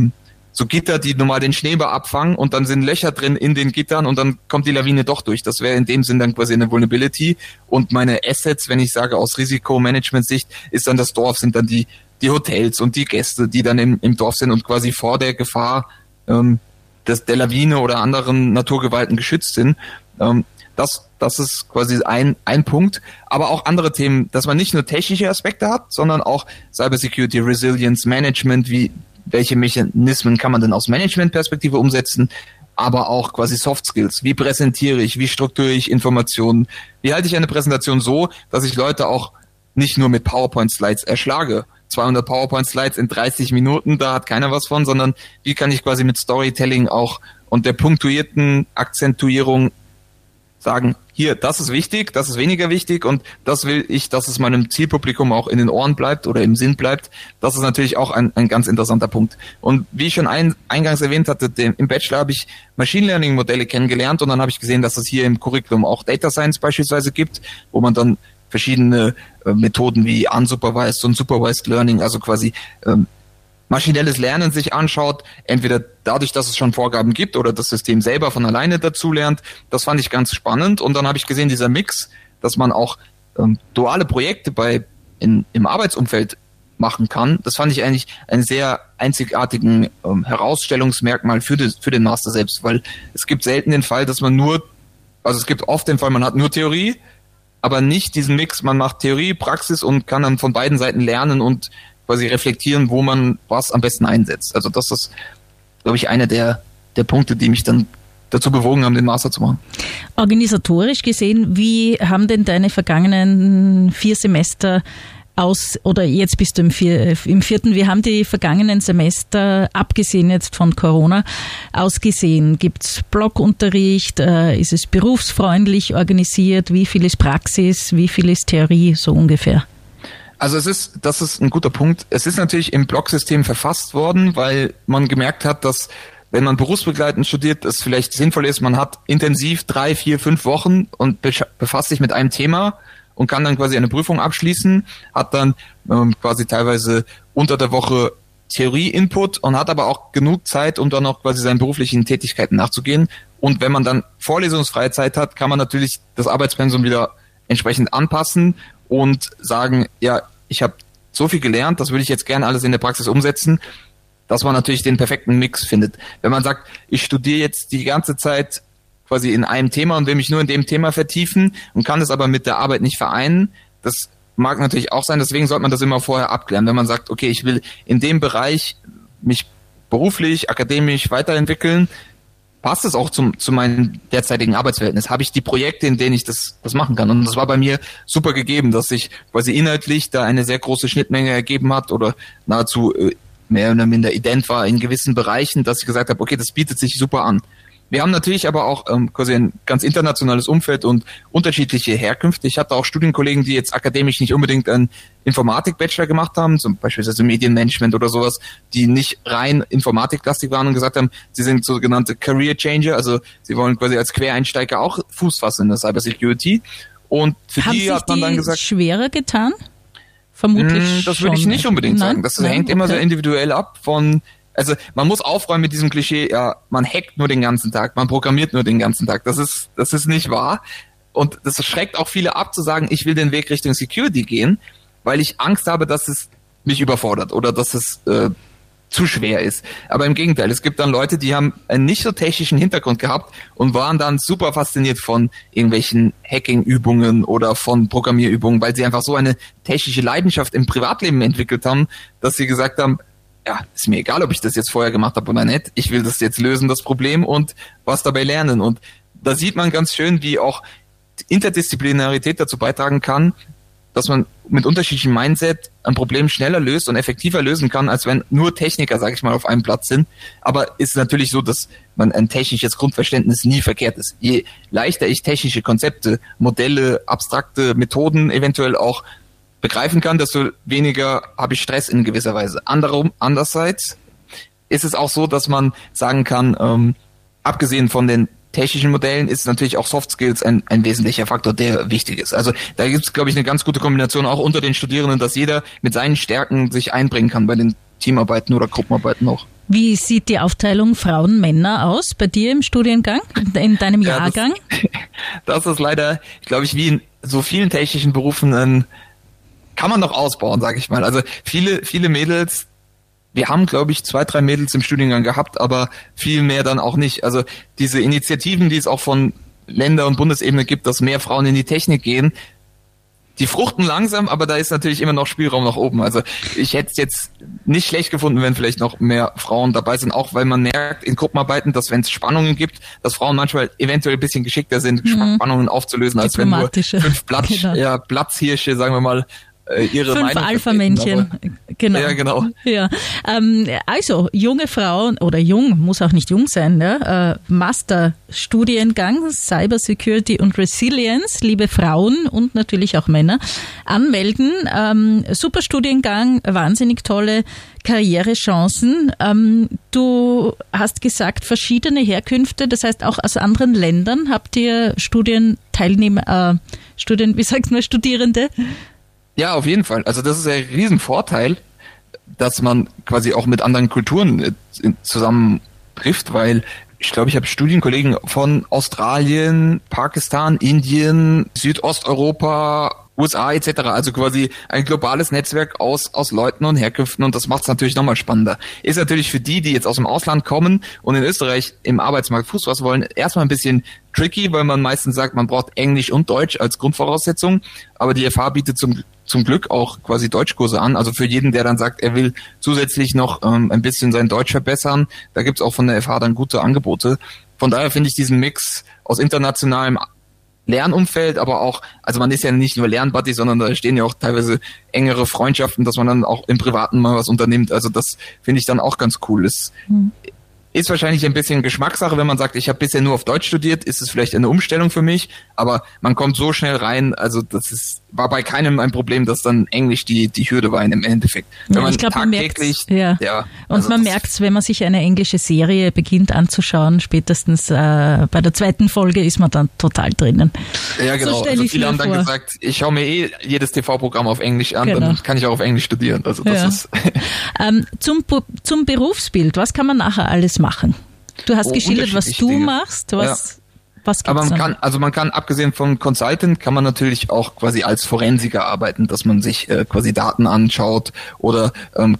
Gitter, die normal den Schnee abfangen und dann sind Löcher drin in den Gittern und dann kommt die Lawine doch durch. Das wäre in dem Sinn dann quasi eine Vulnerability. Und meine Assets, wenn ich sage aus Risikomanagement-Sicht, ist dann das Dorf, sind dann die Hotels und die Gäste, die dann im Dorf sind und quasi vor der Gefahr der Lawine oder anderen Naturgewalten geschützt sind. Das ist quasi ein Punkt. Aber auch andere Themen, dass man nicht nur technische Aspekte hat, sondern auch Cybersecurity, Resilience, Management, welche Mechanismen kann man denn aus Management-Perspektive umsetzen, aber auch quasi Soft Skills. Wie präsentiere ich, wie strukturiere ich Informationen, wie halte ich eine Präsentation so, dass ich Leute auch nicht nur mit PowerPoint-Slides erschlage. 200 PowerPoint-Slides in 30 Minuten, da hat keiner was von, sondern wie kann ich quasi mit Storytelling auch und der punktuierten Akzentuierung sagen, hier, das ist wichtig, das ist weniger wichtig und das will ich, dass es meinem Zielpublikum auch in den Ohren bleibt oder im Sinn bleibt. Das ist natürlich auch ein ganz interessanter Punkt. Und wie ich schon eingangs erwähnt hatte, im Bachelor habe ich Machine Learning Modelle kennengelernt und dann habe ich gesehen, dass es hier im Curriculum auch Data Science beispielsweise gibt, wo man dann verschiedene Methoden wie Unsupervised und Supervised Learning, also quasi maschinelles Lernen sich anschaut, entweder dadurch, dass es schon Vorgaben gibt oder das System selber von alleine dazu lernt. Das fand ich ganz spannend und dann habe ich gesehen, dieser Mix, dass man auch duale Projekte im Arbeitsumfeld machen kann, das fand ich eigentlich einen sehr einzigartigen Herausstellungsmerkmal für den Master selbst, weil es gibt selten den Fall, dass man es gibt oft den Fall, man hat nur Theorie, aber nicht diesen Mix, man macht Theorie, Praxis und kann dann von beiden Seiten lernen und quasi reflektieren, wo man was am besten einsetzt. Also das ist, glaube ich, einer der Punkte, die mich dann dazu bewogen haben, den Master zu machen. Organisatorisch gesehen, wie haben denn deine vergangenen 4 Semester oder jetzt bist du im 4., wie haben die vergangenen Semester, abgesehen jetzt von Corona, ausgesehen? Gibt's Blockunterricht? Ist es berufsfreundlich organisiert? Wie viel ist Praxis? Wie viel ist Theorie, so ungefähr? Also das ist ein guter Punkt. Es ist natürlich im Blocksystem verfasst worden, weil man gemerkt hat, dass wenn man berufsbegleitend studiert, es vielleicht sinnvoll ist, man hat intensiv 3, 4, 5 Wochen und befasst sich mit einem Thema und kann dann quasi eine Prüfung abschließen, hat dann quasi teilweise unter der Woche Theorie-Input und hat aber auch genug Zeit, um dann auch quasi seinen beruflichen Tätigkeiten nachzugehen. Und wenn man dann vorlesungsfreie Zeit hat, kann man natürlich das Arbeitspensum wieder entsprechend anpassen und sagen, ja, ich habe so viel gelernt, das würde ich jetzt gerne alles in der Praxis umsetzen, dass man natürlich den perfekten Mix findet. Wenn man sagt, ich studiere jetzt die ganze Zeit quasi in einem Thema und will mich nur in dem Thema vertiefen und kann es aber mit der Arbeit nicht vereinen, das mag natürlich auch sein, deswegen sollte man das immer vorher abklären. Wenn man sagt, okay, ich will in dem Bereich mich beruflich, akademisch weiterentwickeln, passt es auch zu meinem derzeitigen Arbeitsverhältnis? Habe ich die Projekte, in denen ich das machen kann? Und das war bei mir super gegeben, dass sich quasi inhaltlich da eine sehr große Schnittmenge ergeben hat oder nahezu mehr oder minder ident war in gewissen Bereichen, dass ich gesagt habe, okay, das bietet sich super an. Wir haben natürlich aber auch quasi ein ganz internationales Umfeld und unterschiedliche Herkünfte. Ich hatte auch Studienkollegen, die jetzt akademisch nicht unbedingt einen Informatik-Bachelor gemacht haben, zum Beispiel Medienmanagement oder sowas, die nicht rein informatiklastig waren und gesagt haben, sie sind sogenannte Career Changer, also sie wollen quasi als Quereinsteiger auch Fuß fassen in der Cybersecurity. Und für die hat man dann gesagt, schwerer getan? Vermutlich das würde ich nicht unbedingt sagen. Das hängt immer sehr individuell ab von. Also man muss aufräumen mit diesem Klischee, ja, man hackt nur den ganzen Tag, man programmiert nur den ganzen Tag. Das ist nicht wahr. Und das schreckt auch viele ab zu sagen, ich will den Weg Richtung Security gehen, weil ich Angst habe, dass es mich überfordert oder dass es zu schwer ist. Aber im Gegenteil, es gibt dann Leute, die haben einen nicht so technischen Hintergrund gehabt und waren dann super fasziniert von irgendwelchen Hacking-Übungen oder von Programmierübungen, weil sie einfach so eine technische Leidenschaft im Privatleben entwickelt haben, dass sie gesagt haben, ja, ist mir egal, ob ich das jetzt vorher gemacht habe oder nicht. Ich will das jetzt lösen, das Problem, und was dabei lernen. Und da sieht man ganz schön, wie auch Interdisziplinarität dazu beitragen kann, dass man mit unterschiedlichem Mindset ein Problem schneller löst und effektiver lösen kann, als wenn nur Techniker, sage ich mal, auf einem Platz sind. Aber ist natürlich so, dass man ein technisches Grundverständnis nie verkehrt ist. Je leichter ich technische Konzepte, Modelle, abstrakte Methoden eventuell auch begreifen kann, desto weniger habe ich Stress in gewisser Weise. Andererseits ist es auch so, dass man sagen kann, abgesehen von den technischen Modellen ist natürlich auch Soft Skills ein wesentlicher Faktor, der wichtig ist. Also da gibt es, glaube ich, eine ganz gute Kombination auch unter den Studierenden, dass jeder mit seinen Stärken sich einbringen kann bei den Teamarbeiten oder Gruppenarbeiten auch. Wie sieht die Aufteilung Frauen-Männer aus bei dir im Studiengang, in deinem Jahrgang? Das ist leider, glaube ich, wie in so vielen technischen Berufen kann man noch ausbauen, sage ich mal. Also viele Mädels, wir haben, glaube ich, 2, 3 Mädels im Studiengang gehabt, aber viel mehr dann auch nicht. Also diese Initiativen, die es auch von Länder- und Bundesebene gibt, dass mehr Frauen in die Technik gehen, die fruchten langsam, aber da ist natürlich immer noch Spielraum nach oben. Also ich hätte es jetzt nicht schlecht gefunden, wenn vielleicht noch mehr Frauen dabei sind, auch weil man merkt in Gruppenarbeiten, dass wenn es Spannungen gibt, dass Frauen manchmal eventuell ein bisschen geschickter sind, Spannungen aufzulösen, als wenn nur 5 Platzhirsche, sagen wir mal, ihre 5 Meinung Alpha-Männchen. Genau. Ja, genau. Ja. Also, junge Frauen, oder jung, muss auch nicht jung sein, ne? Masterstudiengang Cyber Security und Resilience, liebe Frauen und natürlich auch Männer, anmelden. Super Studiengang, wahnsinnig tolle Karrierechancen. Du hast gesagt, verschiedene Herkünfte, das heißt auch aus anderen Ländern habt ihr Studierende? Ja, auf jeden Fall. Also das ist ein Riesenvorteil, dass man quasi auch mit anderen Kulturen zusammen trifft, weil ich glaube, ich habe Studienkollegen von Australien, Pakistan, Indien, Südosteuropa, USA etc., also quasi ein globales Netzwerk aus Leuten und Herkünften, und das macht es natürlich nochmal spannender. Ist natürlich für die jetzt aus dem Ausland kommen und in Österreich im Arbeitsmarkt Fuß fassen wollen, erstmal ein bisschen tricky, weil man meistens sagt, man braucht Englisch und Deutsch als Grundvoraussetzung, aber die FH bietet zum Glück auch quasi Deutschkurse an, also für jeden, der dann sagt, er will zusätzlich noch ein bisschen sein Deutsch verbessern, da gibt's auch von der FH dann gute Angebote. Von daher finde ich diesen Mix aus internationalem Lernumfeld, aber auch, also man ist ja nicht nur Lernbuddy, sondern da stehen ja auch teilweise engere Freundschaften, dass man dann auch im Privaten mal was unternimmt. Also das finde ich dann auch ganz cool. Ist wahrscheinlich ein bisschen Geschmackssache, wenn man sagt, ich habe bisher nur auf Deutsch studiert, ist es vielleicht eine Umstellung für mich, aber man kommt so schnell rein, also war bei keinem ein Problem, dass dann Englisch die Hürde war im Endeffekt. Wenn man ich glaube, man merkt also man merkt es, wenn man sich eine englische Serie beginnt anzuschauen, spätestens bei der zweiten Folge ist man dann total drinnen. Ja, genau. So also viele haben dann gesagt, ich schaue mir jedes TV-Programm auf Englisch an, dann kann ich auch auf Englisch studieren. Also das ist zum Berufsbild, was kann man nachher alles machen? Du hast geschildert, was du machst, was gibt's aber man dann? kann abgesehen von Consultant, kann man natürlich auch quasi als Forensiker arbeiten, dass man sich quasi Daten anschaut oder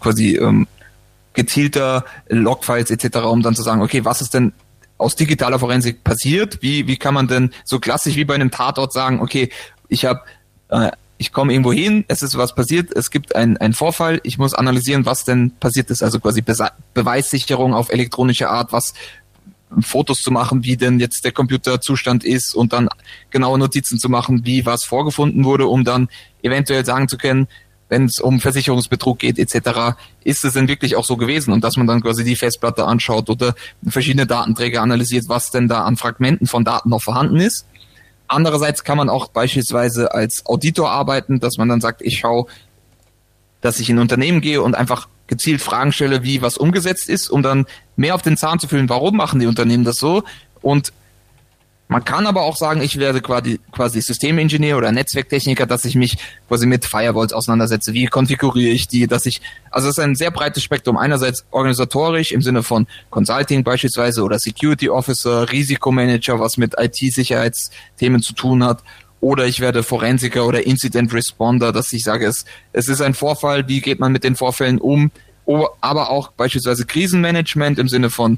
gezielter Logfiles etc., um dann zu sagen, okay, was ist denn aus digitaler Forensik passiert? Wie kann man denn so klassisch wie bei einem Tatort sagen, okay, ich komme irgendwo hin, es ist was passiert, es gibt einen Vorfall, ich muss analysieren, was denn passiert ist, also quasi Beweissicherung auf elektronische Art, Fotos zu machen, wie denn jetzt der Computerzustand ist und dann genaue Notizen zu machen, wie was vorgefunden wurde, um dann eventuell sagen zu können, wenn es um Versicherungsbetrug geht etc., ist es denn wirklich auch so gewesen und dass man dann quasi die Festplatte anschaut oder verschiedene Datenträger analysiert, was denn da an Fragmenten von Daten noch vorhanden ist. Andererseits kann man auch beispielsweise als Auditor arbeiten, dass man dann sagt, ich schaue, dass ich in ein Unternehmen gehe und einfach gezielt Fragen stelle, wie was umgesetzt ist, um dann mehr auf den Zahn zu fühlen, warum machen die Unternehmen das so. Und man kann aber auch sagen, ich werde quasi Systemingenieur oder Netzwerktechniker, dass ich mich quasi mit Firewalls auseinandersetze. Wie konfiguriere ich die? Also es ist ein sehr breites Spektrum. Einerseits organisatorisch im Sinne von Consulting beispielsweise oder Security Officer, Risikomanager, was mit IT-Sicherheitsthemen zu tun hat. Oder ich werde Forensiker oder Incident Responder, dass ich sage, es ist ein Vorfall, wie geht man mit den Vorfällen um? Aber auch beispielsweise Krisenmanagement im Sinne von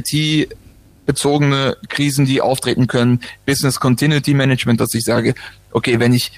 IT-bezogene Krisen, die auftreten können, Business Continuity Management, dass ich sage, okay, wenn es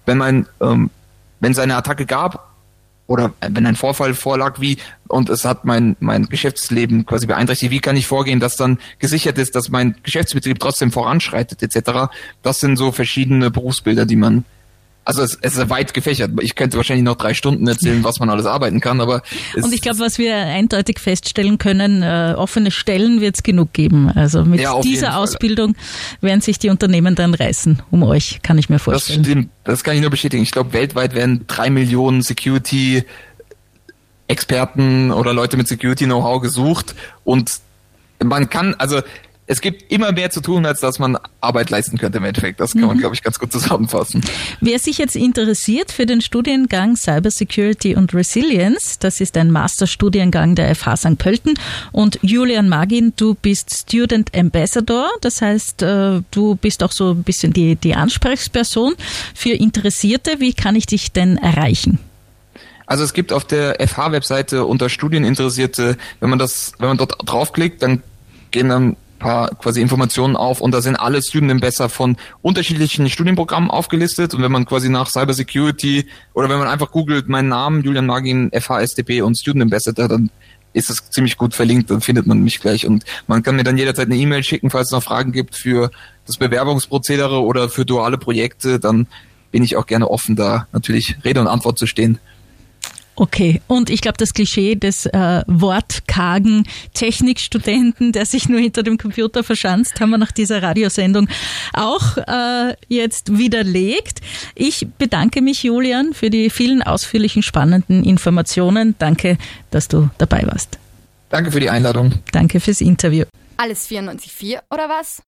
eine Attacke gab oder wenn ein Vorfall vorlag, und es hat mein Geschäftsleben quasi beeinträchtigt, wie kann ich vorgehen, dass dann gesichert ist, dass mein Geschäftsbetrieb trotzdem voranschreitet etc. Das sind so verschiedene Berufsbilder, die man, also es ist weit gefächert. Ich könnte wahrscheinlich noch 3 Stunden erzählen, was man alles arbeiten kann, aber und ich glaube, was wir eindeutig feststellen können, offene Stellen wird es genug geben. Also mit dieser Ausbildung werden sich die Unternehmen dann reißen um euch, kann ich mir vorstellen. Das stimmt, das kann ich nur bestätigen. Ich glaube, weltweit werden 3 Millionen Security-Experten oder Leute mit Security-Know-how gesucht und man kann, also es gibt immer mehr zu tun, als dass man Arbeit leisten könnte im Endeffekt. Das kann man, glaube ich, ganz gut zusammenfassen. Wer sich jetzt interessiert für den Studiengang Cybersecurity und Resilience, das ist ein Masterstudiengang der FH St. Pölten. Und Julian Magin, du bist Student Ambassador, das heißt, du bist auch so ein bisschen die Ansprechperson für Interessierte. Wie kann ich dich denn erreichen? Also es gibt auf der FH-Webseite unter Studieninteressierte, wenn man dort draufklickt, dann gehen dann paar quasi Informationen auf und da sind alle Student Ambassador von unterschiedlichen Studienprogrammen aufgelistet und wenn man quasi nach Cybersecurity oder wenn man einfach googelt meinen Namen, Julian Magin, FH-SDP und Student Ambassador, dann ist es ziemlich gut verlinkt, dann findet man mich gleich und man kann mir dann jederzeit eine E-Mail schicken, falls es noch Fragen gibt für das Bewerbungsprozedere oder für duale Projekte, dann bin ich auch gerne offen, da natürlich Rede und Antwort zu stehen. Okay, und ich glaube, das Klischee des wortkargen Technikstudenten, der sich nur hinter dem Computer verschanzt, haben wir nach dieser Radiosendung auch jetzt widerlegt. Ich bedanke mich, Julian, für die vielen ausführlichen, spannenden Informationen. Danke, dass du dabei warst. Danke für die Einladung. Danke fürs Interview. Alles 94,4 oder was?